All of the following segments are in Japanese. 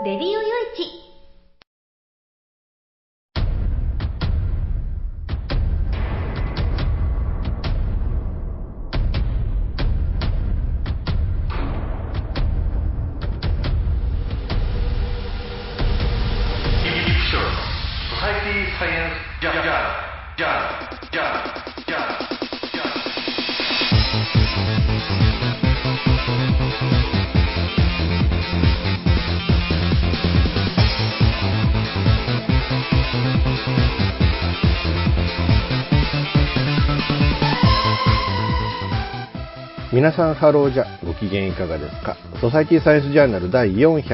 レディオよいち。 皆さんハローじゃ、ご機嫌いかがですか。ソサイティサイエンスジャーナル第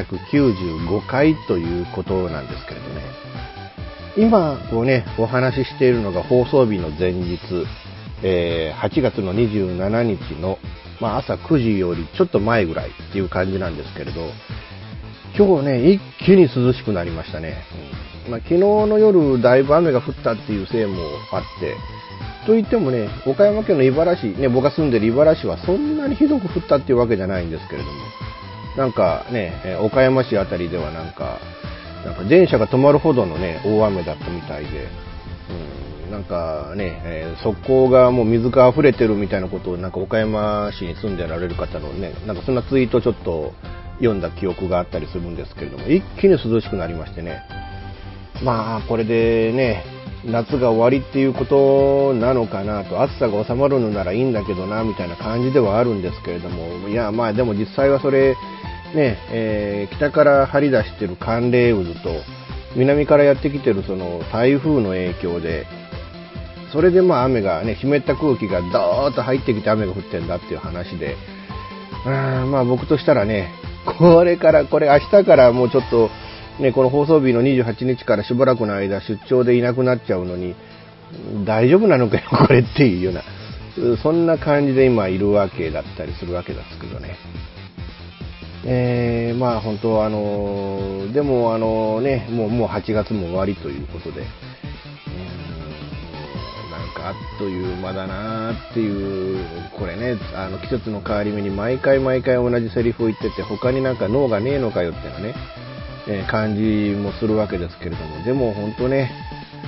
495回ということなんですけれどね、今こうねお話ししているのが放送日の前日、8月の27日の、朝9時よりちょっと前ぐらいっていう感じなんですけれど、今日ね一気に涼しくなりましたね。昨日の夜だいぶ雨が降ったっていうせいもあって、といってもね、岡山県の井原市、ね、僕が住んでる井原市はそんなにひどく降ったっていうわけじゃないんですけれども、なんかね、岡山市あたりではなんか電車が止まるほどのね、大雨だったみたいで、なんかね、側溝がもう水が溢れてるみたいなことをなんか岡山市に住んでられる方のね、なんかそんなツイートちょっと読んだ記憶があったりするんですけれども、一気に涼しくなりましてね、これでね、夏が終わりっていうことなのかなと、暑さが収まるのならいいんだけどなみたいな感じではあるんですけれども、いやでも実際はそれね、北から張り出してる寒冷渦と南からやってきてるその台風の影響で、それで雨がね、湿った空気がドーッと入ってきて雨が降ってんだっていう話で、僕としたらね、これ明日からもうちょっとね、この放送日の28日からしばらくの間出張でいなくなっちゃうのに大丈夫なのかよこれっていうような、そんな感じで今いるわけだったりするわけですけどね。本当でももう8月も終わりということで、なんかあっという間だなっていう、これね、季節の変わり目に毎回同じセリフを言ってて、他になんか脳がねえのかよっていうのね、感じもするわけですけれども、でも本当ね、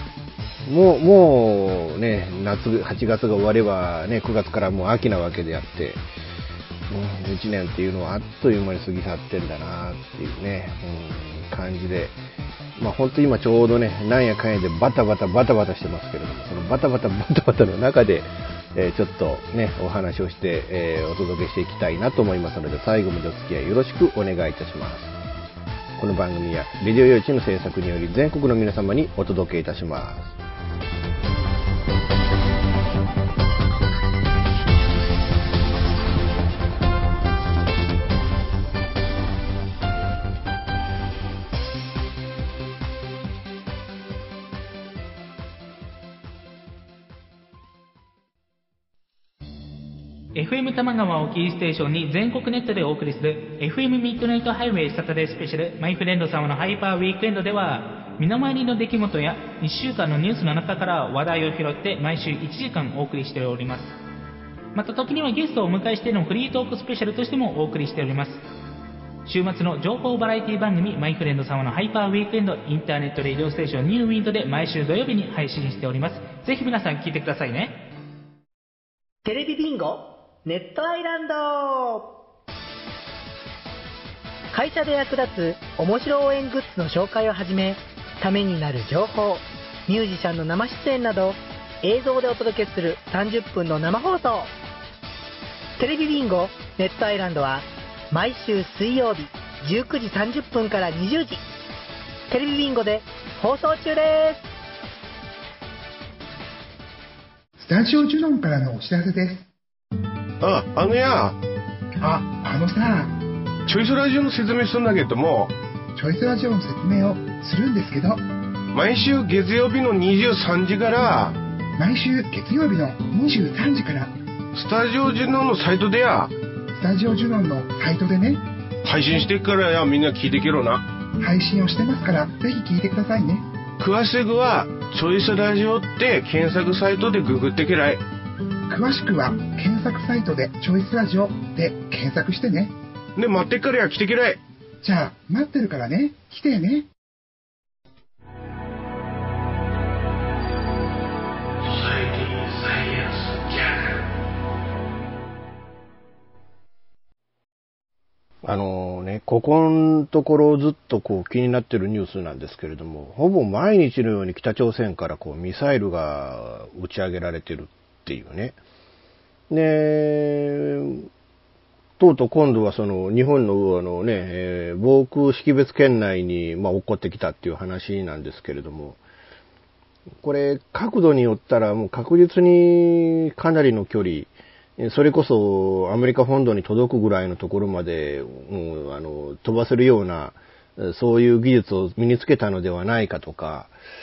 もうね、8月が終わればね、9月からもう秋なわけであって、1年っていうのはあっという間に過ぎ去ってんだなっていうね、感じで、本当今ちょうどね、なんやかんやでバタバタしてますけれども、そのバタバタの中で、ちょっとねお話をして、お届けしていきたいなと思いますので、最後までお付き合いよろしくお願いいたします。この番組はレディオよいちの制作により全国の皆様にお届けいたします。 FM 玉川をキーステーションに全国ネットでお送りする FM ミッドナイトハイウェイサタデースペシャルマイフレンド様のハイパーウィークエンドでは、身の回りの出来事や1週間のニュースの中から話題を拾って毎週1時間お送りしております。また時にはゲストをお迎えしてのフリートークスペシャルとしてもお送りしております。週末の情報バラエティ番組マイフレンド様のハイパーウィークエンド、インターネットレディオステーションニューウィンドで毎週土曜日に配信しております。ぜひ皆さん聞いてくださいね。 テレビビンゴネットアイランド。会社で役立つ面白応援グッズの紹介をはじめ、ためになる情報、ミュージシャンの生出演など映像でお届けする30分の生放送。テレビビンゴネットアイランドは毎週水曜日19時30分から20時、テレビビンゴで放送中です。 スタジオジュノンからのお知らせです。 さ、チョイスラジオの説明するんだけども、 チョイスラジオの説明をするんですけど、 毎週月曜日の23時から毎週月曜日の23時からスタジオジュノンのサイトでスタジオジュノンのサイトでね、 配信してからみんな聞いてけろな。 配信をしてますから、ぜひ聞いてくださいね。 詳しくはチョイスラジオって検索サイトでググってけらい。 詳しくは検索サイトでチョイスラジオで検索してね。 で、待ってっからや来てけらい。 じゃあ、待ってるからね。来てね。 ここのところずっと気になってるニュースなんですけれども、ほぼ毎日のように北朝鮮からミサイルが打ち上げられてるっていうね。で、とうとう今度は日本の防空識別圏内に落っこってきたっていう話なんですけれども、これ角度によったらもう確実にかなりの距離、それこそアメリカ本土に届くぐらいのところまで、飛ばせるような、そういう技術を身につけたのではないかとか、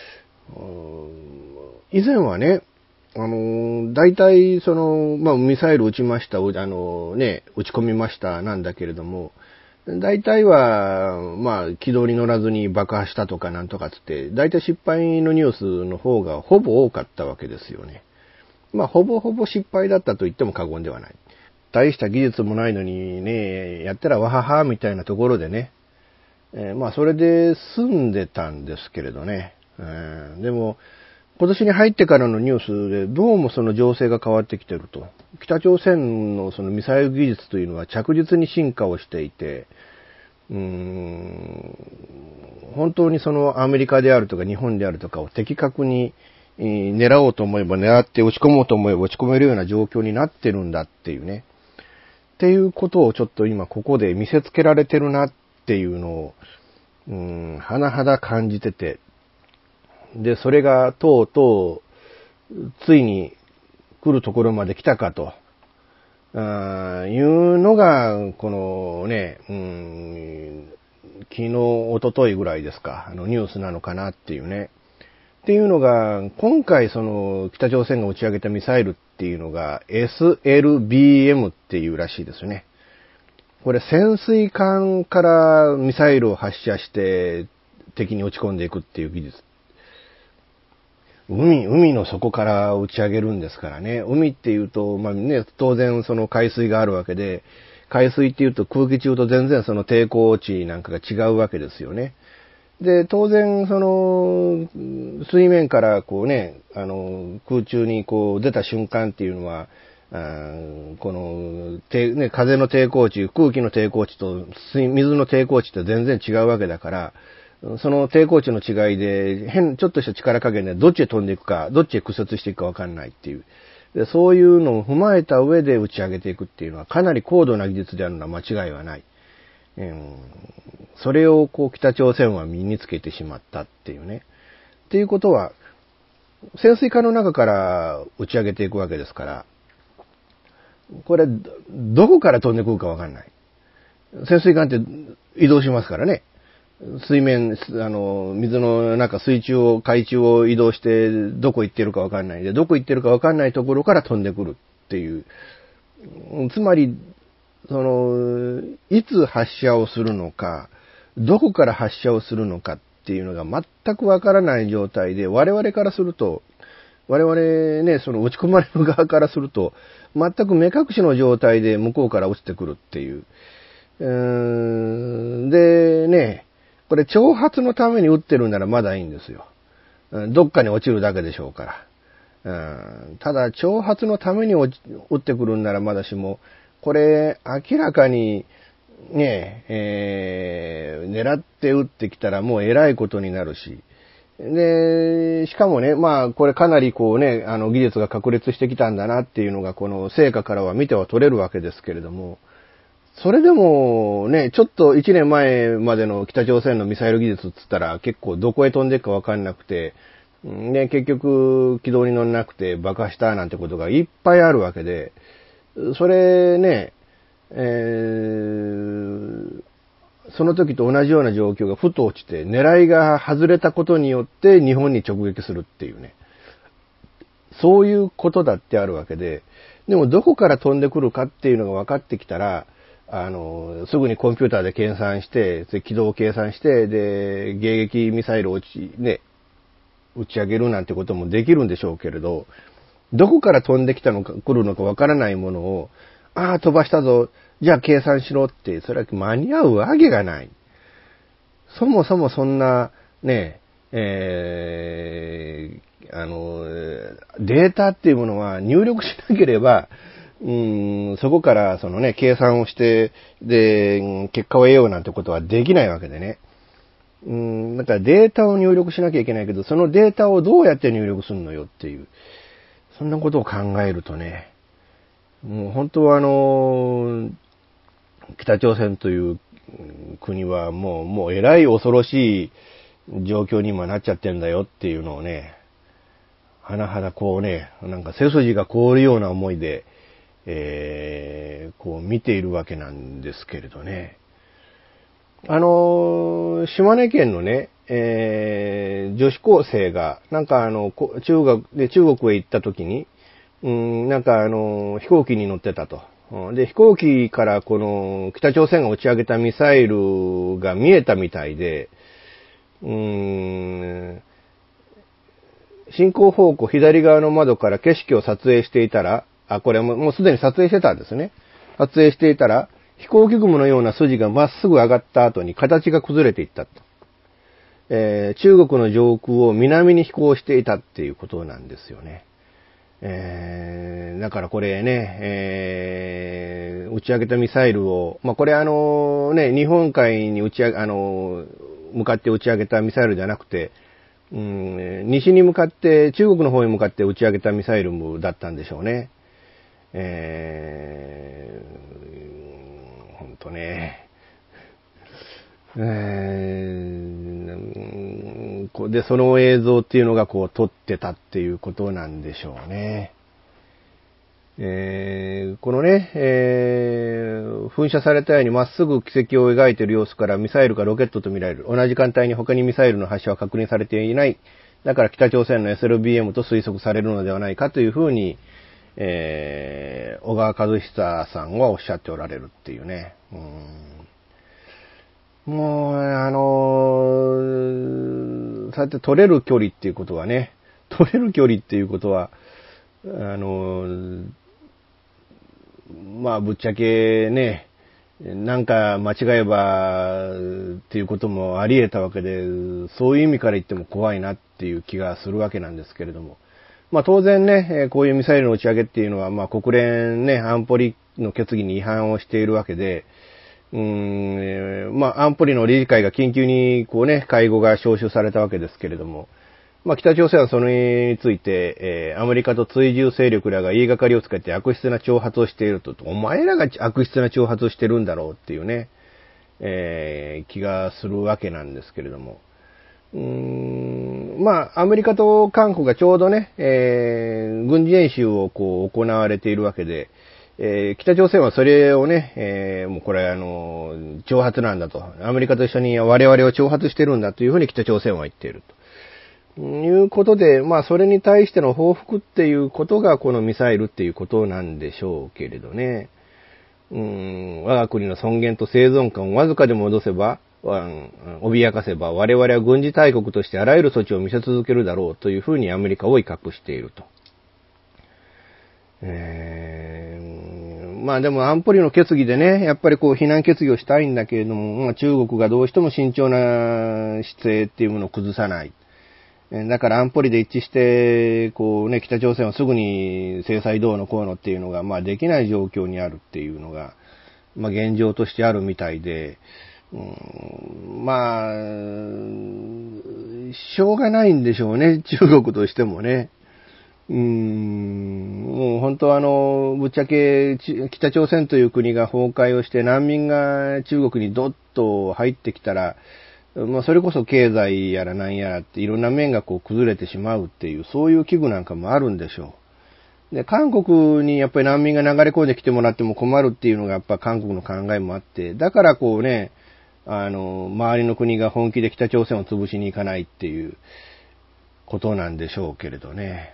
以前はね、大体ミサイル撃ちました、撃ち込みましたなんだけれども、大体は、軌道に乗らずに爆破したとかなんとかつって、大体失敗のニュースの方がほぼ多かったわけですよね。ほぼほぼ失敗だったと言っても過言ではない。大した技術もないのにね、やったらわははみたいなところでね、それで済んでたんですけれどね。でも、今年に入ってからのニュースでどうもその情勢が変わってきてると。北朝鮮のそのミサイル技術というのは着実に進化をしていて、本当にアメリカであるとか日本であるとかを的確に狙おうと思えば狙って撃ち込もうと思えば撃ち込めるような状況になってるんだっていうね。っていうことをちょっと今ここで見せつけられてるなっていうのを、甚だ感じてて。で、それがとうとう、ついに来るところまで来たかと、いうのが、このね、昨日、一昨日ぐらいですか、ニュースなのかなっていうね。っていうのが、今回北朝鮮が打ち上げたミサイルっていうのが SLBM っていうらしいですね。これ潜水艦からミサイルを発射して敵に撃ち込んでいくっていう技術。海の底から打ち上げるんですからね。海っていうと、当然海水があるわけで、海水っていうと空気中と全然抵抗値なんかが違うわけですよね。で、当然、水面から空中に出た瞬間っていうのは、風の抵抗値、空気の抵抗値と水の抵抗値って全然違うわけだから、その抵抗値の違いで、ちょっとした力加減でどっちへ飛んでいくか、どっちへ屈折していくかわかんないっていう。で、そういうのを踏まえた上で打ち上げていくっていうのはかなり高度な技術であるのは間違いはない。それを北朝鮮は身につけてしまったっていうね。っていうことは、潜水艦の中から打ち上げていくわけですから、これ、どこから飛んでくるかわかんない。潜水艦って移動しますからね。水面、水の中、海中を移動して、どこ行ってるかわかんないで、どこ行ってるかわかんないところから飛んでくるっていう。つまり、いつ発射をするのか、どこから発射をするのかっていうのが全くわからない状態で、我々からすると、我々ね、打ち込まれる側からすると、全く目隠しの状態で向こうから落ちてくるっていう。でね、これ挑発のために撃ってるならまだいいんですよ。どっかに落ちるだけでしょうから。ただ、挑発のために撃ってくるんならまだしも、これ、明らかに、ね、狙って撃ってきたらもう偉いことになるし。で、しかもね、これかなり技術が確立してきたんだなっていうのが、この成果からは見ては取れるわけですけれども、それでもね、ちょっと1年前までの北朝鮮のミサイル技術っつったら結構どこへ飛んでいくかわかんなくて、ね、結局軌道に乗んなくて爆破したなんてことがいっぱいあるわけで、それね、その時と同じような状況がふと落ちて、狙いが外れたことによって日本に直撃するっていうね。そういうことだってあるわけで、でもどこから飛んでくるかっていうのが分かってきたら、すぐにコンピューターで計算して、軌道を計算して、で、迎撃ミサイルを打ち上げるなんてこともできるんでしょうけれど、どこから飛んできたのか、来るのか分からないものを、飛ばしたぞ、じゃあ計算しろって、それは間に合うわけがない。 そもそもそんな、ね、データっていうものは入力しなければ、そこからそのね、計算をして、で、結果を得ようなんてことはできないわけでね。だからデータを入力しなきゃいけないけど、そのデータをどうやって入力するのよっていう、そんなことを考えるとね、もう本当は北朝鮮という国はもうえらい恐ろしい状況に今なっちゃってんだよっていうのをね、甚だこうね、なんか背筋が凍るような思いで、こう見ているわけなんですけれどね。島根県のね、女子高生が、なんか中国へ行った時に、なんか飛行機に乗ってたと。で、飛行機からこの北朝鮮が打ち上げたミサイルが見えたみたいで、進行方向左側の窓から景色を撮影していたら、これもうすでに撮影してたんですね。撮影していたら、飛行機雲のような筋がまっすぐ上がった後に形が崩れていったと。中国の上空を南に飛行していたっていうことなんですよね。だからこれね、打ち上げたミサイルを、これ日本海に向かって打ち上げたミサイルじゃなくて、西に向かって、中国の方に向かって打ち上げたミサイルだったんでしょうね。ほんとね。で、その映像っていうのがこう撮ってたっていうことなんでしょうね。このね、噴射されたようにまっすぐ軌跡を描いている様子からミサイルかロケットとみられる。同じ間帯に他にミサイルの発射は確認されていない。だから北朝鮮の SLBM と推測されるのではないかというふうに、小川和久さんはおっしゃっておられるっていうね。もう、そうやって取れる距離っていうことはね、ぶっちゃけね、なんか間違えばっていうこともあり得たわけで、そういう意味から言っても怖いなっていう気がするわけなんですけれども。当然ね、こういうミサイルの打ち上げっていうのは、国連ね、安保理の決議に違反をしているわけで、安保理の理事会が緊急にこうね、会合が招集されたわけですけれども、北朝鮮はそれについて、アメリカと追従勢力らが言いがかりをつけて悪質な挑発をしていると、お前らが悪質な挑発をしてるんだろうっていうね、気がするわけなんですけれども。アメリカと韓国がちょうどね、軍事演習をこう行われているわけで、北朝鮮はそれをね、もうこれ挑発なんだと。アメリカと一緒に我々を挑発してるんだというふうに北朝鮮は言っていると。いうことで、それに対しての報復っていうことがこのミサイルっていうことなんでしょうけれどね。我が国の尊厳と生存感をわずかでも脅かせば我々は軍事大国としてあらゆる措置を見せ続けるだろうというふうにアメリカを威嚇していると。でも安保理の決議でね、やっぱりこう非難決議をしたいんだけれども、中国がどうしても慎重な姿勢っていうものを崩さない。だから安保理で一致して、こうね、北朝鮮はすぐに制裁どうのこうのっていうのが、できない状況にあるっていうのが、現状としてあるみたいで、しょうがないんでしょうね、中国としてもね。もう本当ぶっちゃけ北朝鮮という国が崩壊をして難民が中国にどっと入ってきたら、それこそ経済やら何やらっていろんな面がこう崩れてしまうっていう、そういう危惧なんかもあるんでしょう。で、韓国にやっぱり難民が流れ込んできてもらっても困るっていうのがやっぱ韓国の考えもあって、だからこうね、周りの国が本気で北朝鮮を潰しに行かないっていうことなんでしょうけれどね。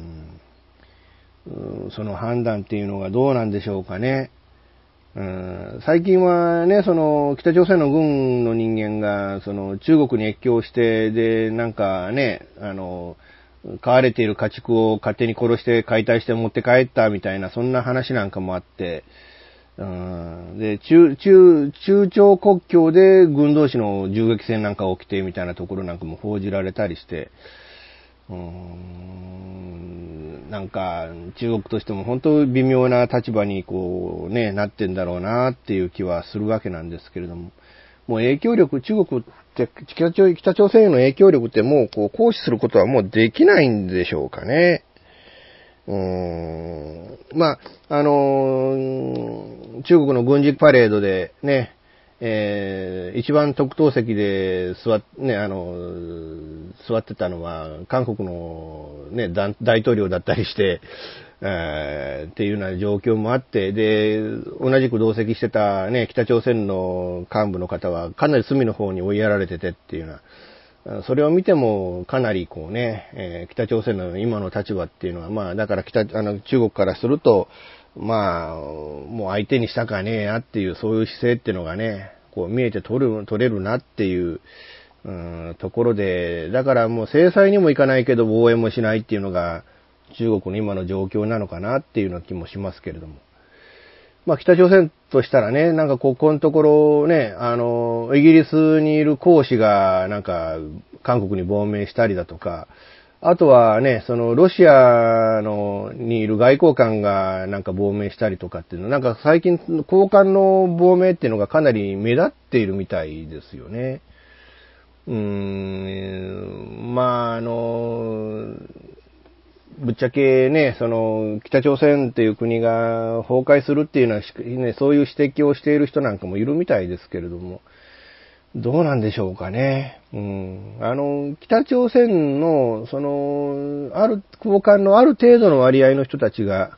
その判断っていうのがどうなんでしょうかね。最近はね、北朝鮮の軍の人間が、中国に越境して、で、なんかね、飼われている家畜を勝手に殺して解体して持って帰ったみたいな、そんな話なんかもあって、 で、中朝国境で軍同士の銃撃戦なんか起きてみたいなところなんかも報じられたりして、なんか中国としても本当微妙な立場にこうね、なってんだろうなっていう気はするわけなんですけれども、もう影響力、中国って北朝鮮への影響力ってもうこう行使することはもうできないんでしょうかね。まあ、中国の軍事パレードでね、一番特等席で座ってたのは韓国のね、大統領だったりして、っていうような状況もあって、で、同じく同席してたね、北朝鮮の幹部の方はかなり隅の方に追いやられててっていうような、それを見てもかなりこうね、北朝鮮の今の立場っていうのは、まあだから中国からすると、まあもう相手にしたかねえやっていうそういう姿勢っていうのがね、こう見えて取れるなっていう、ところで、だからもう制裁にもいかないけど防衛もしないっていうのが中国の今の状況なのかなっていうような気もしますけれども。まあ北朝鮮としたらね、なんかここのところね、イギリスにいる公使がなんか韓国に亡命したりだとか、あとはね、そのロシアにいる外交官がなんか亡命したりとかっていうの、なんか最近高官の亡命っていうのがかなり目立っているみたいですよね。まあぶっちゃけね、その北朝鮮っていう国が崩壊するっていうのはね、そういう指摘をしている人なんかもいるみたいですけれども、どうなんでしょうかね。北朝鮮のその高官のある程度の割合の人たちが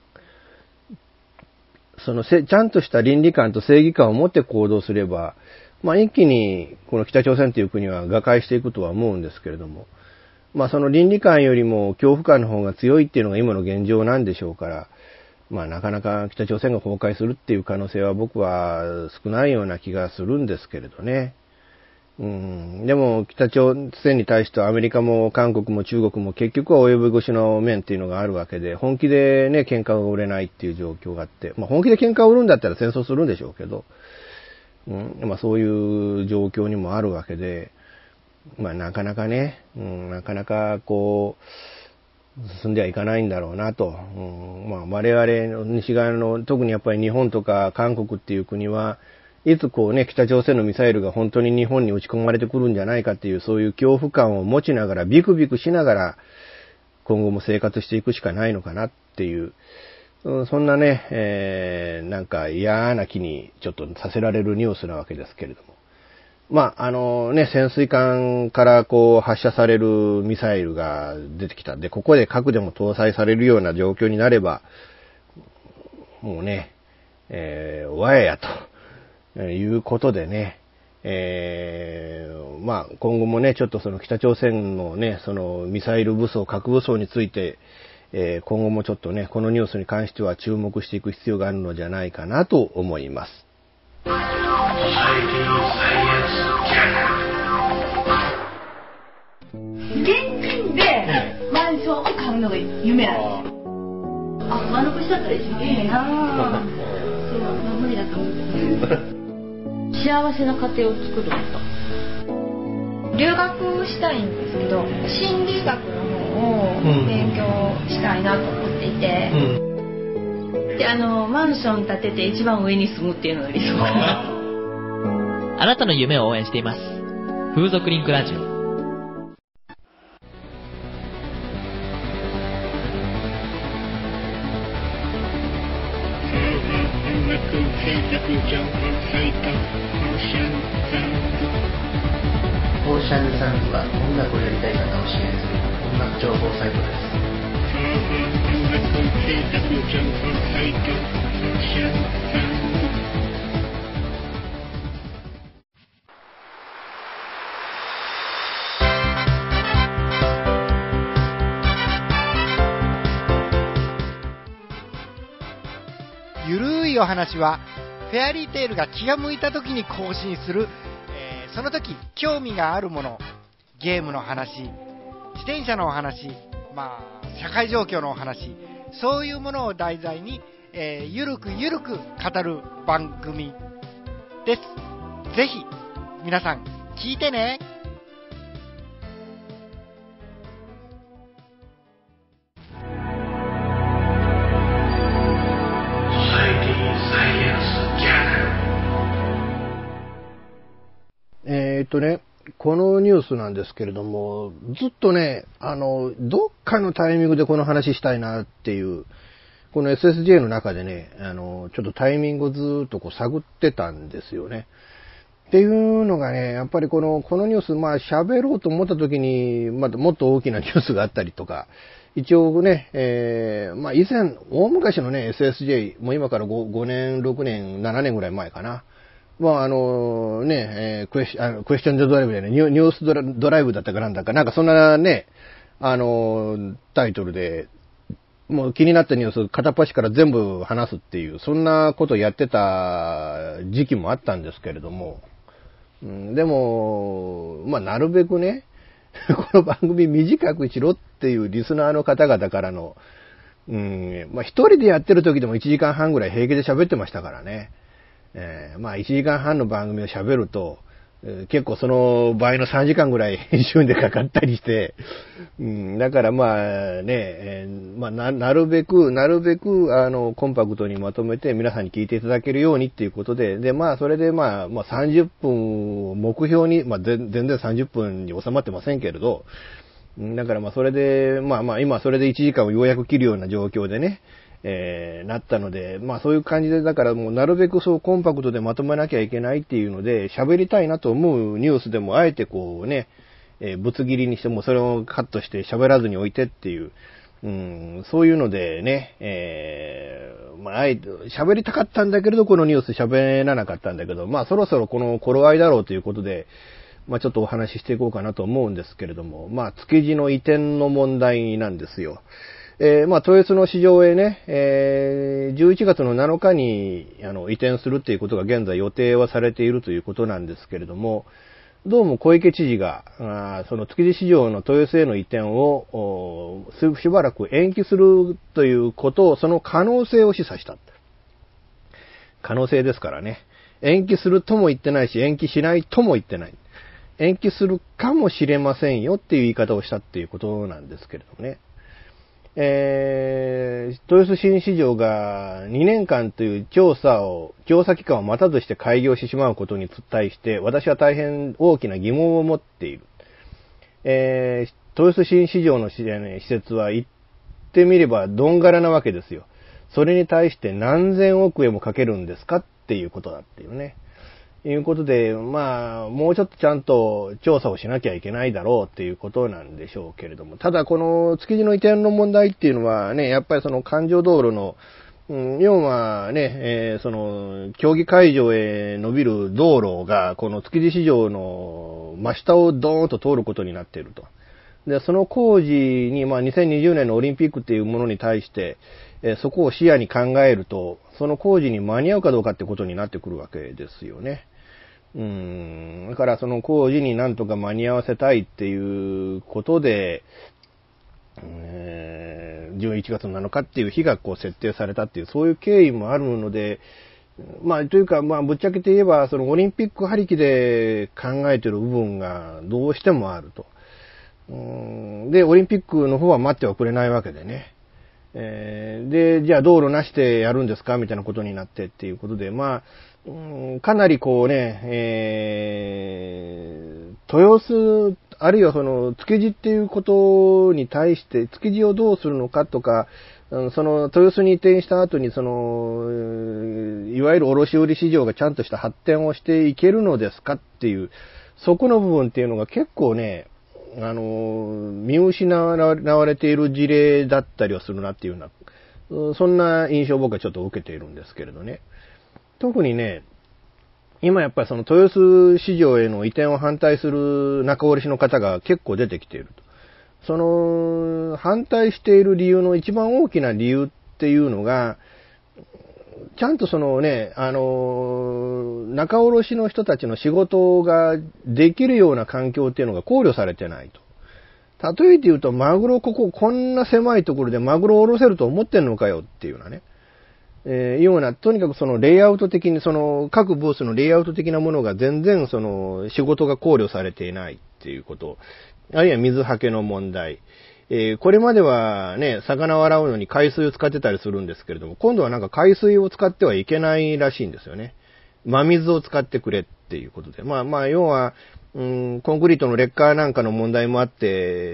そのちゃんとした倫理観と正義感を持って行動すれば、まあ一気にこの北朝鮮という国は瓦解していくとは思うんですけれども、まあその倫理観よりも恐怖感の方が強いっていうのが今の現状なんでしょうから、まあなかなか北朝鮮が崩壊するっていう可能性は僕は少ないような気がするんですけれどね。でも北朝鮮に対してはアメリカも韓国も中国も結局は及び腰の面っていうのがあるわけで、本気でね、喧嘩が売れないっていう状況があって、まあ本気で喧嘩を売るんだったら戦争するんでしょうけど、まあそういう状況にもあるわけで、まあなかなかね、なかなかこう、進んではいかないんだろうなと。まあ我々の西側の、特にやっぱり日本とか韓国っていう国は、いつこうね、北朝鮮のミサイルが本当に日本に撃ち込まれてくるんじゃないかっていう、そういう恐怖感を持ちながら、ビクビクしながら、今後も生活していくしかないのかなっていう、そんなね、なんか嫌な気にちょっとさせられるニュースなわけですけれども。まあ、ね、潜水艦からこう発射されるミサイルが出てきたんで、ここで核でも搭載されるような状況になれば、もうね、わややということでね、まあ、今後もね、ちょっとその北朝鮮のね、そのミサイル武装、核武装について、今後もちょっとね、このニュースに関しては注目していく必要があるのじゃないかなと思います。 現金でマンションを買うのが夢なんですよ。丸腰だったら一番いいな。そう、無理だと思う。幸せな家庭を作ること。留学したいんですけど、心理学の方を勉強したいなと思っていて、でマンション建てて一番上に住むっていうのが理想かな。 あなたの夢を応援しています。風俗リンクラジオ。 オーシャンズサウンズは音楽をやりたい方を支援する音楽情報サイトです。 ゆるいお話はフェアリーテールが気が向いた時に更新する、その時興味があるもの、ゲームの話、自転車のお話、社会状況のお話、そういうものを題材に、 ゆるくゆるく語る番組です。ぜひ皆さん聞いてね。 このニュースなんですけれども、ずっとね、どっかのタイミングでこの話したいなっていう、この SSJ の中でね、ちょっとタイミングをずっとこう探ってたんですよね。っていうのがね、やっぱりこのニュース、喋ろうと思った時に、もっと大きなニュースがあったりとか、一応ね、以前、大昔のね、SSJ、もう今から 5年、6年、7年ぐらい前かな。クエスチョンドライブでね、ニュースドライブだったかなんだか、なんかそんなね、タイトルで、もう気になったニュース片っ端から全部話すっていう、そんなことをやってた時期もあったんですけれども、でも、なるべくね、この番組短くしろっていうリスナーの方々からの、一人でやってる時でも1時間半ぐらい平気で喋ってましたからね。1時間半の番組を喋ると、結構その倍の3時間ぐらい編集でかかったりして、だからなるべく、コンパクトにまとめて皆さんに聞いていただけるようにっていうことで、それで30分を目標に、全然30分に収まってませんけれど、だからそれで、今それで1時間をようやく切るような状況でね、なったので、そういう感じで、だからもうなるべくそうコンパクトでまとめなきゃいけないっていうので、喋りたいなと思うニュースでも、あえてこうね、ぶつ切りにしてもそれをカットして喋らずに置いてっていう、そういうのでね、あえて喋りたかったんだけれど、このニュース喋らなかったんだけど、そろそろこの頃合いだろうということで、ちょっとお話ししていこうかなと思うんですけれども、築地の移転の問題なんですよ。豊洲の市場へね、11月の7日に移転するっていうことが現在予定はされているということなんですけれども、どうも小池知事が、その築地市場の豊洲への移転をしばらく延期するということを、その可能性を示唆した。可能性ですからね。延期するとも言ってないし、延期しないとも言ってない。延期するかもしれませんよっていう言い方をしたっていうことなんですけれどもね。豊洲新市場が2年間という調査期間を待たずして開業してしまうことに対して、私は大変大きな疑問を持っている。豊洲新市場の施設は言ってみればどんがらなわけですよ。それに対して何千億円もかけるんですかっていうことだっていうね。いうことで、もうちょっとちゃんと調査をしなきゃいけないだろうっていうことなんでしょうけれども、ただこの築地の移転の問題っていうのはね、やっぱりその環状道路の、要はね、その競技会場へ伸びる道路がこの築地市場の真下をドーンと通ることになっていると。で、その工事に、2020年のオリンピックっていうものに対して、そこを視野に考えると、その工事に間に合うかどうかってことになってくるわけですよね。だからその工事になんとか間に合わせたいっていうことで、11月7日っていう日がこう設定されたっていう、そういう経緯もあるので、というか、ぶっちゃけて言えば、そのオリンピック張り切で考えてる部分がどうしてもあると。で、オリンピックの方は待ってはくれないわけでね。で、じゃあ道路なしでやるんですかみたいなことになってっていうことで、かなりこうね、豊洲、あるいはその築地っていうことに対して、築地をどうするのかとか、その豊洲に移転した後にその、いわゆる卸売市場がちゃんとした発展をしていけるのですかっていう、そこの部分っていうのが結構ね、見失われている事例だったりはするなっていうような、そんな印象を僕はちょっと受けているんですけれどね。特にね、今やっぱりその豊洲市場への移転を反対する仲卸の方が結構出てきていると。その反対している理由の一番大きな理由っていうのが、ちゃんとそのね、仲卸の人たちの仕事ができるような環境っていうのが考慮されてないと。例えて言うと、マグロこんな狭いところでマグロを下ろせると思ってんのかよっていうようなね。 ような、とにかくそのレイアウト的に、その各ブースのレイアウト的なものが全然その仕事が考慮されていないっていうこと、あるいは水はけの問題。これまではね、魚を洗うのに海水を使ってたりするんですけれども、今度はなんか海水を使ってはいけないらしいんですよね。真水を使ってくれっていうことで。まあ、要は、コンクリートの劣化なんかの問題もあって、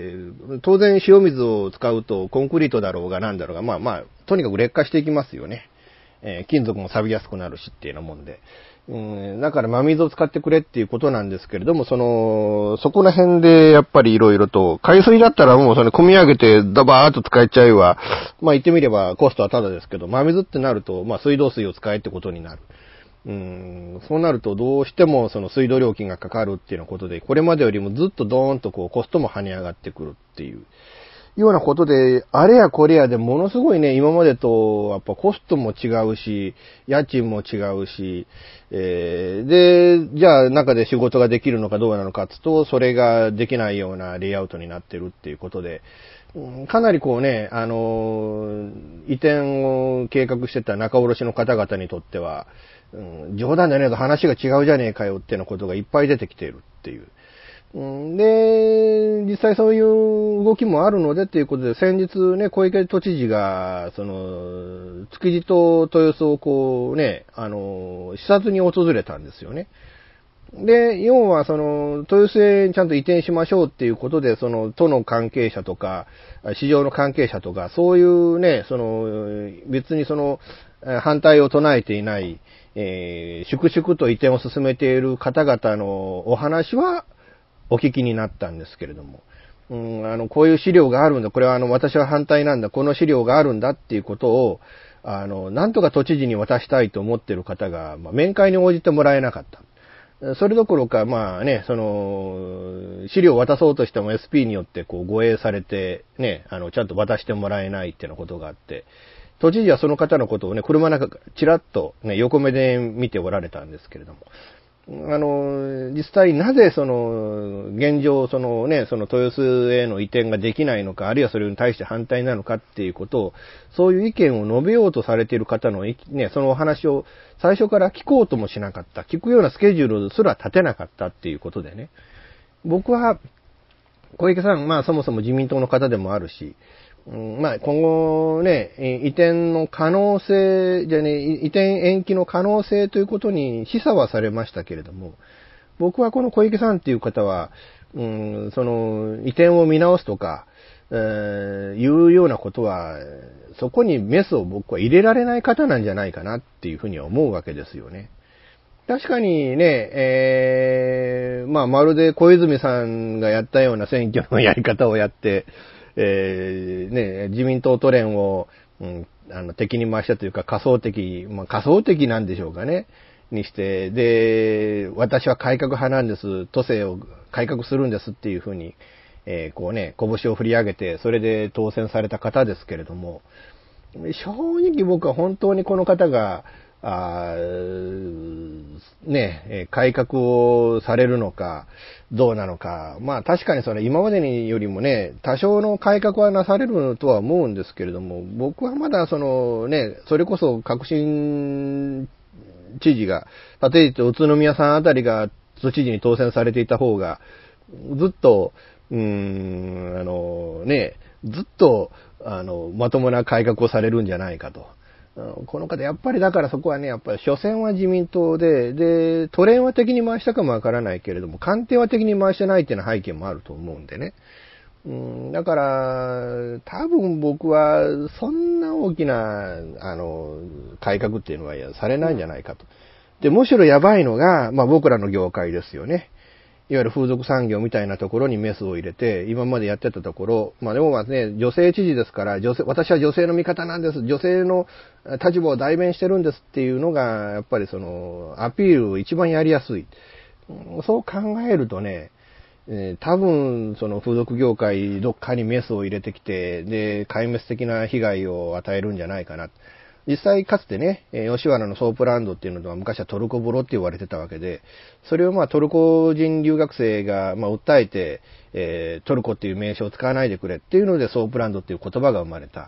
当然塩水を使うとコンクリートだろうがなんだろうが、とにかく劣化していきますよね。金属も錆びやすくなるしっていうようなもんで。だから真水を使ってくれっていうことなんですけれども、そこら辺でやっぱりいろいろと、海水だったらもう組み上げてダバーっと使えちゃえば、言ってみればコストはタダですけど、真水ってなると、水道水を使えってことになる。そうなるとどうしてもその水道料金がかかるっていうようなことで、これまでよりもずっとドーンとコストも跳ね上がってくるっていうようなことで、あれやこれやでものすごいね、今までとやっぱコストも違うし、家賃も違うし、で、じゃあ中で仕事ができるのかどうなのかって言うと、それができないようなレイアウトになってるっていうことで、かなり移転を計画してた仲卸の方々にとっては、冗談じゃねえと話が違うじゃねえかよっていうようなことがいっぱい出てきているっていう。で、実際そういう動きもあるのでっていうことで、先日ね、小池都知事が、築地と豊洲を視察に訪れたんですよね。で、要は豊洲へちゃんと移転しましょうっていうことで、都の関係者とか、市場の関係者とか、そういうね、別に反対を唱えていない、粛々と移転を進めている方々のお話はお聞きになったんですけれども、こういう資料があるんだ、これは私は反対なんだ、この資料があるんだっていうことを、なんとか都知事に渡したいと思っている方が、面会に応じてもらえなかった。それどころか、資料を渡そうとしても SP によって護衛されて、ね、ちゃんと渡してもらえないっていうようなことがあって、都知事はその方のことをね、車の中からちらっとね、横目で見ておられたんですけれども、実際なぜ現状豊洲への移転ができないのか、あるいはそれに対して反対なのかっていうことを、そういう意見を述べようとされている方のね、そのお話を最初から聞こうともしなかった、聞くようなスケジュールすら立てなかったっていうことでね、僕は小池さん、そもそも自民党の方でもあるし、今後ね、移転の可能性、移転延期の可能性ということに示唆はされましたけれども、僕はこの小池さんっていう方は、移転を見直すとか、いうようなことは、そこにメスを僕は入れられない方なんじゃないかなっていうふうには思うわけですよね。確かにね、まるで小泉さんがやったような選挙のやり方をやって、自民党都連を、敵に回したというか仮想敵なんでしょうかね、にして、で、私は改革派なんです、都政を改革するんですっていうふうに、拳を振り上げて、それで当選された方ですけれども、正直僕は本当にこの方が、改革をされるのか、どうなのか。確かに今までによりもね、多少の改革はなされるとは思うんですけれども、僕はまだそれこそ革新知事が、例えば宇都宮さんあたりが都知事に当選されていた方が、ずっと、ずっと、まともな改革をされるんじゃないかと。この方、やっぱりだからそこはね、やっぱり所詮は自民党で、都連は敵に回したかもわからないけれども、官邸は敵に回してないっていうような背景もあると思うんでね。だから、多分僕は、そんな大きな、改革っていうのはされないんじゃないかと。で、むしろやばいのが、僕らの業界ですよね。いわゆる風俗産業みたいなところにメスを入れて、今までやってたところ、でもね、女性知事ですから、私は女性の味方なんです、女性の立場を代弁してるんですっていうのが、やっぱりアピール一番やりやすい。そう考えるとね、多分、風俗業界どっかにメスを入れてきて、で、壊滅的な被害を与えるんじゃないかな。実際かつてね、吉原のソープランドっていうのは昔はトルコ風呂って言われてたわけで、それをトルコ人留学生が訴えて、トルコっていう名称を使わないでくれっていうのでソープランドっていう言葉が生まれた。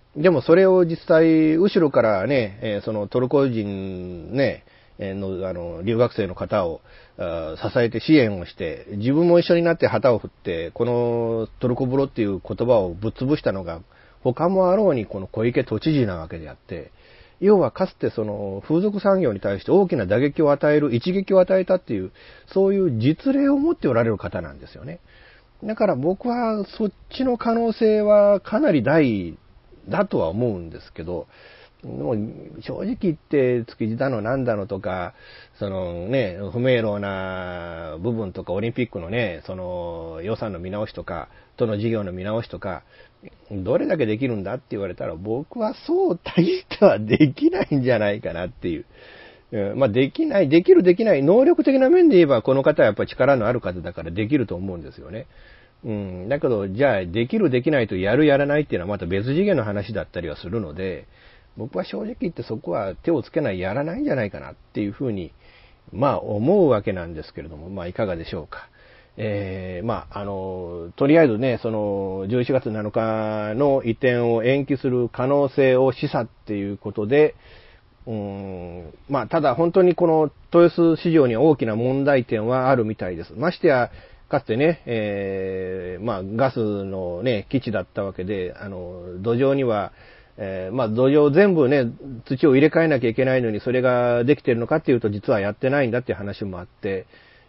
でもそれを実際、後ろからね、そのトルコ人ね、の留学生の方を支えて支援をして、自分も一緒になって旗を振って、このトルコ風呂っていう言葉をぶっ潰したのが、他もあろうにこの小池都知事なわけであって、要はかつてその風俗産業に対して大きな打撃を与える、一撃を与えたっていう、そういう実例を持っておられる方なんですよね。だから僕はそっちの可能性はかなり大だとは思うんですけど、もう正直言って築地だのなんだのとか、そのね、不明朗な部分とかオリンピックのね、その予算の見直しとか、都の事業の見直しとか、どれだけできるんだって言われたら僕はそう大してはできないんじゃないかなっていう。まあできない、できるできない、能力的な面で言えばこの方はやっぱり力のある方だからできると思うんですよね。だけど、じゃあできるできないとやるやらないっていうのはまた別次元の話だったりはするので、僕は正直言ってそこは手をつけない、やらないんじゃないかなっていうふうに、まあ思うわけなんですけれども、まあいかがでしょうか。まあ、とりあえずね、その11月7日の移転を延期する可能性を示唆っていうことで、まあ、ただ本当にこの豊洲市場に大きな問題点はあるみたいです。ましてや、かつてね、まあ、ガスのね、基地だったわけで、土壌には、まあ、土壌全部ね、土を入れ替えなきゃいけないのに、それができてるのかっていうと、実はやってないんだっていう話もあって、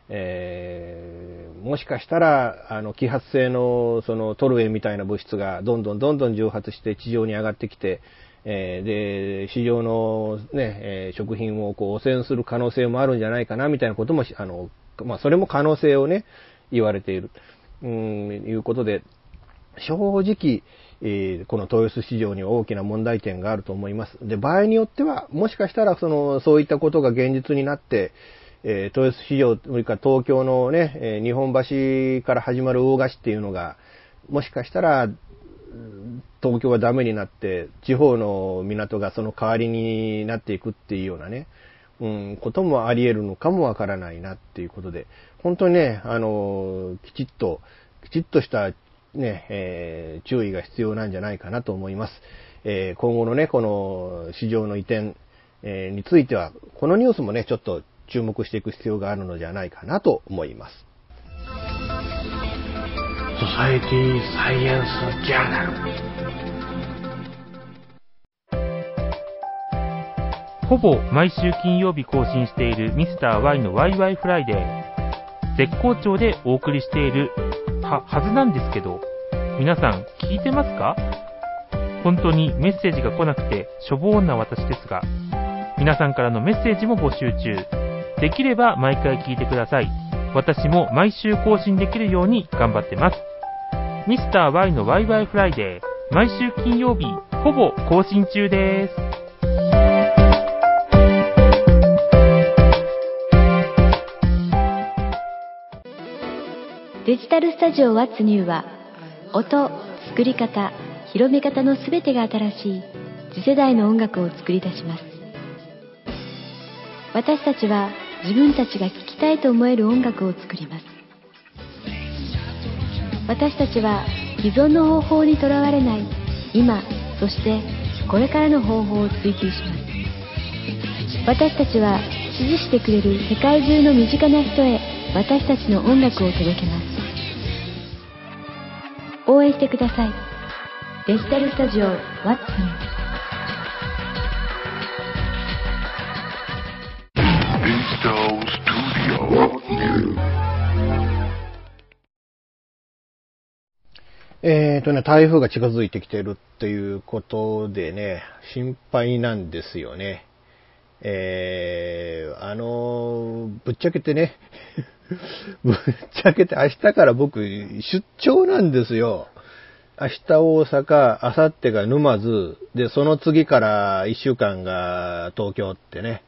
もしかしたら、揮発性の、そのトルエンみたいな物質がどんどん充発して地上に上がってきて、で、市場のね、食品をこう汚染する可能性もあるんじゃないかな、みたいなことも、まあ、それも可能性をね、言われている。いうことで、正直、この豊洲市場には大きな問題点があると思います。で、場合によっては、もしかしたら、そういったことが現実になって、豊洲市場、それから東京のね、日本橋から始まる大菓子っていうのが、もしかしたら、東京はダメになって、地方の港がその代わりになっていくっていうようなね、こともあり得るのかもわからないなっていうことで、本当にね、きちっとしたね、注意が必要なんじゃないかなと思います。今後のね、この市場の移転、については、このニュースもね、ちょっと注目していく必要があるのではないかなと思います。 ソサエティサイエンスジャーナル。 ほぼ毎週金曜日更新しているミスター Y のワイワイフライデー。絶好調でお送りしているはずなんですけど、皆さん聞いてますか？本当にメッセージが来なくてしょぼーんな私ですが、皆さんからのメッセージも募集中。できれば毎回聞いてください。私も毎週更新できるように頑張ってます。ミスター Y のワイワイフライデー、毎週金曜日ほぼ更新中です。 デジタルスタジオ What's New は、音、作り方、広め方のすべてが新しい次世代の音楽を作り出します。私たちは自分たちが聴きたいと思える音楽を作ります。私たちは既存の方法にとらわれない今、そしてこれからの方法を追求します。私たちは支持してくれる世界中の身近な人へ私たちの音楽を届けます。応援してください。デジタルスタジオ What's New。 台風が近づいてきてるっていうことでね、心配なんですよね。ぶっちゃけてね、ぶっちゃけて明日から僕出張なんですよ。明日大阪、明後日が沼津、で、その次から1週間が東京ってね。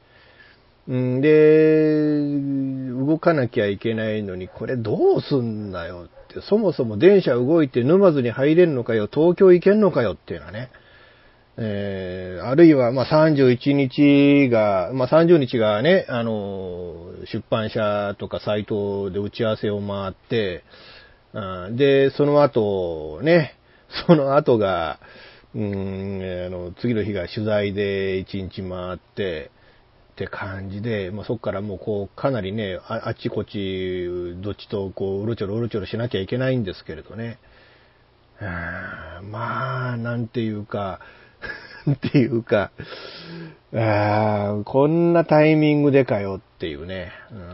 で、動かなきゃいけないのに、これどうすんだよって、そもそも電車動いて沼津に入れんのかよ、東京行けんのかよっていうのはね。あるいは、31日が、30日がね、出版社とかサイトで打ち合わせを回って、で、その後が、 次の日が取材で一日回ってって感じで、そこからもうこうかなりね、あっちこっちどっちとこううろちょろしなきゃいけないんですけれどね。なんていうかこんなタイミングでかよっていうね。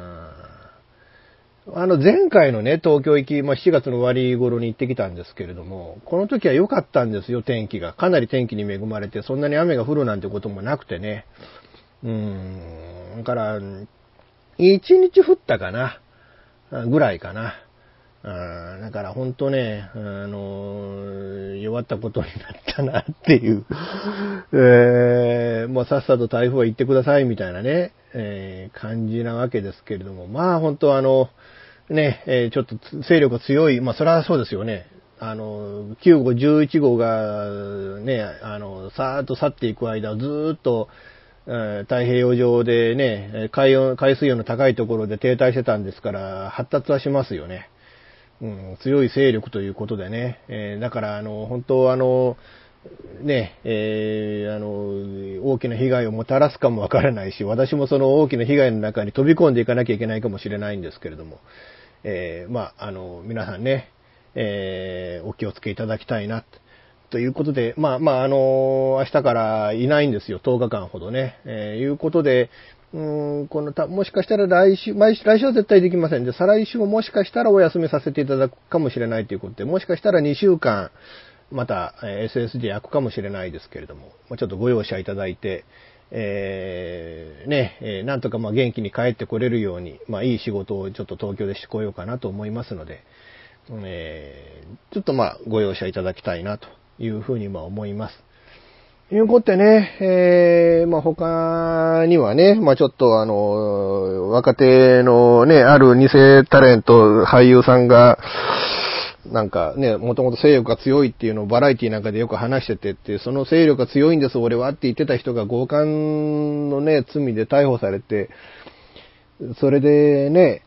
前回のね、東京行き、7月の終わり頃に行ってきたんですけれども、この時は良かったんですよ、天気が。かなり天気に恵まれて、そんなに雨が降るなんてこともなくてね。だから、1日降ったかな、ぐらいかな。だから本当ね、弱ったことになったなっていう、もうさっさと台風は行ってくださいみたいなね、感じなわけですけれども、本当ちょっと勢力が強い、それはそうですよね。9号、11号がね、さーっと去っていく間、ずーっと、太平洋上でね、海水温の高いところで停滞してたんですから、発達はしますよね。強い勢力ということでね。だから、本当大きな被害をもたらすかもわからないし、私もその大きな被害の中に飛び込んでいかなきゃいけないかもしれないんですけれども、皆さんね、お気をつけいただきたいな、ということで、明日からいないんですよ、10日間ほどね。いうことで、もしかしたら来週は絶対できませんで、再来週ももしかしたらお休みさせていただくかもしれないということで、もしかしたら2週間、また SSD 焼くかもしれないですけれども、ちょっとご容赦いただいて、なんとか元気に帰ってこれるように、いい仕事をちょっと東京でしてこようかなと思いますので、ちょっとご容赦いただきたいなというふうに思います。いうことでね、他にはね、ちょっと若手のね、ある偽タレント、俳優さんが、なんかね、もともと勢力が強いっていうのをバラエティなんかでよく話しててって、その勢力が強いんです俺はって言ってた人が強姦のね、罪で逮捕されて、それでね、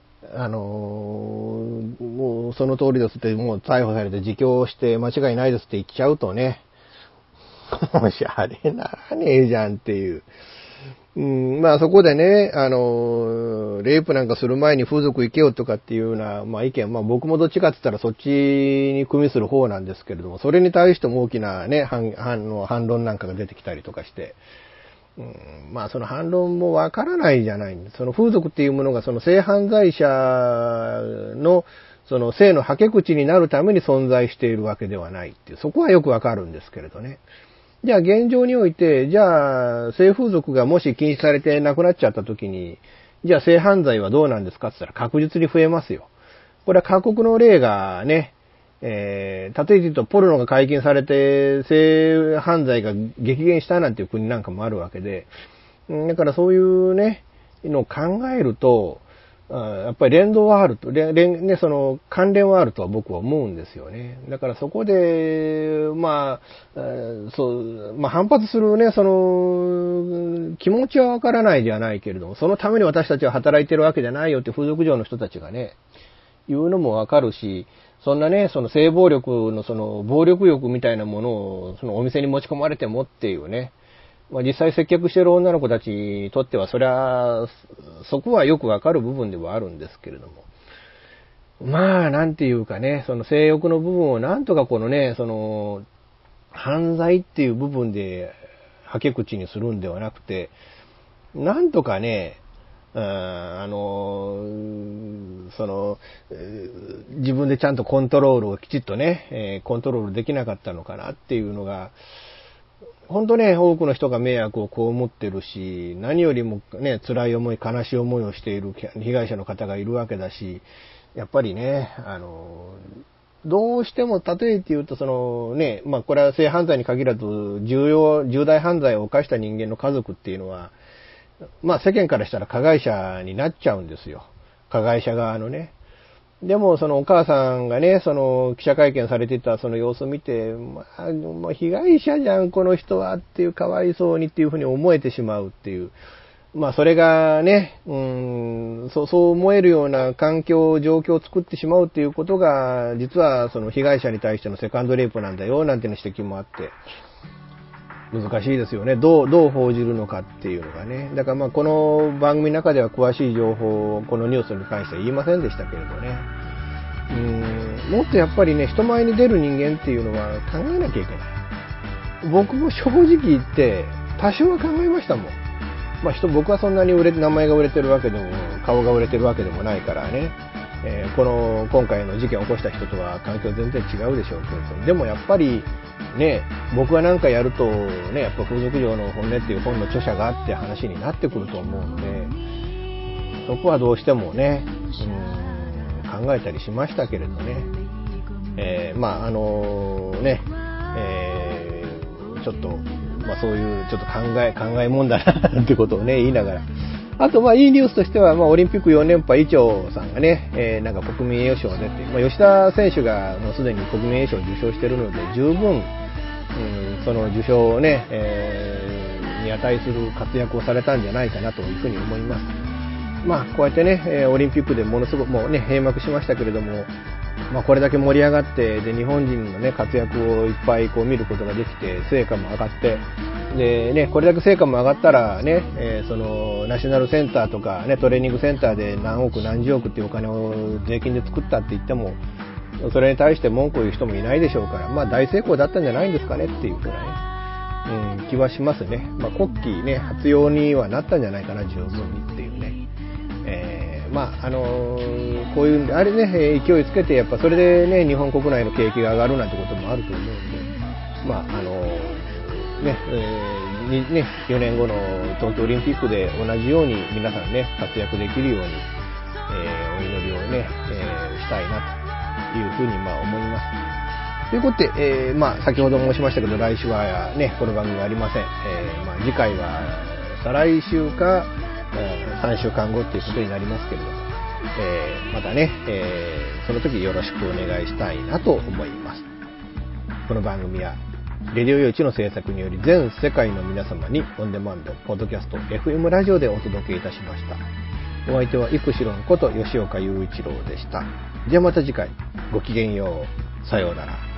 もうその通りですって、もう逮捕されて自供して間違いないですって言っちゃうとね、もうしゃれなねえじゃんっていう。そこでね、レイプなんかする前に風俗行けよとかっていうような、意見、僕もどっちかって言ったらそっちに組みする方なんですけれども、それに対しても大きなね、反論なんかが出てきたりとかして、その反論もわからないじゃないんです。その風俗っていうものがその性犯罪者のその性のはけ口になるために存在しているわけではないっていう、そこはよくわかるんですけれどね。じゃあ現状において、じゃあ性風俗がもし禁止されてなくなっちゃった時に、じゃあ性犯罪はどうなんですかって言ったら確実に増えますよ。これは各国の例がね、例えて言うとポルノが解禁されて性犯罪が激減したなんていう国なんかもあるわけで、だからそういうね、のを考えると、やっぱり連動はあると、その関連はあるとは僕は思うんですよね。だからそこで、反発するね、その、気持ちはわからないじゃないけれども、そのために私たちは働いてるわけじゃないよって風俗嬢の人たちがね、言うのもわかるし、そんなね、その性暴力のその暴力欲みたいなものをそのお店に持ち込まれてもっていうね、実際接客している女の子たちにとっては、そりゃ、そこはよくわかる部分ではあるんですけれども。なんていうかね、その性欲の部分をなんとかこのね、その、犯罪っていう部分で、はけ口にするんではなくて、なんとかね、その、自分でちゃんとコントロールをきちっとね、コントロールできなかったのかなっていうのが、本当ね、多くの人が迷惑を被ってるし、何よりもね、辛い思い、悲しい思いをしている被害者の方がいるわけだし、やっぱりね、どうしても、例えて言うと、そのね、これは性犯罪に限らず、重大犯罪を犯した人間の家族っていうのは、世間からしたら加害者になっちゃうんですよ。加害者側のね。でも、そのお母さんがね、その記者会見されていたその様子を見て、被害者じゃん、この人はっていう、かわいそうにっていうふうに思えてしまうっていう。それがね、そう思えるような状況を作ってしまうっていうことが、実はその被害者に対してのセカンドレイプなんだよ、なんていう指摘もあって。 難しいですよね。どう報じるのかっていうのがね。だからまあこの番組の中では詳しい情報をこのニュースに関しては言いませんでしたけれどね。もっとやっぱりね、人前に出る人間っていうのは考えなきゃいけない。僕も正直言って多少は考えましたもん。まあ僕はそんなに名前が売れてるわけでも顔が売れてるわけでもないからね。今回の事件を起こした人とは環境全然違うでしょうけれど、でもやっぱりね、僕が何かやるとね、やっぱ風俗嬢の本音っていう本の著者があって話になってくると思うので、そこはどうしてもね、考えたりしましたけれどね。まあね、ちょっと、まあそういうちょっと考えもんだなってことをね言いながら。あとまあいいニュースとしては、まあオリンピック4連覇伊調さんがね、なんか国民栄誉賞を出て、まあ吉田選手がもうすでに国民栄誉賞を受賞しているので十分、その受賞をね、に値する活躍をされたんじゃないかなというふうに思います。まあこうやってね、オリンピックでものすごくもうね閉幕しましたけれども、まあこれだけ盛り上がってで日本人のね活躍をいっぱいこう見ることができて成果も上がってでね、これだけ成果も上がったらね、そのナショナルセンターとかねトレーニングセンターで何億何十億っていうお金を税金で作ったって言ってもそれに対して文句を言う人もいないでしょうから、まあ大成功だったんじゃないんですかねっていうふうなね、気はしますね。まあ国旗ね発揚にはなったんじゃないかな十分にっていうね。まあこういうあれね勢いつけてやっぱそれでね日本国内の景気が上がるなんてこともあると思うんで、まあね4年後の東京オリンピックで同じように皆さんね活躍できるように、お祈りをね、したいなというふうにまあ思います。ということで、まあ先ほど申しましたけど来週はねこの番組はありません。まあ次回は再来週か3週間後っていうことになりますけれども、またね、その時よろしくお願いしたいなと思います。この番組はレディオ用地の制作により全世界の皆様にオンデマンド、ポッドキャスト、FM ラジオでお届けいたしました。お相手はイクシロンこと吉岡雄一郎でした。ではまた次回、ごきげんよう。さようなら。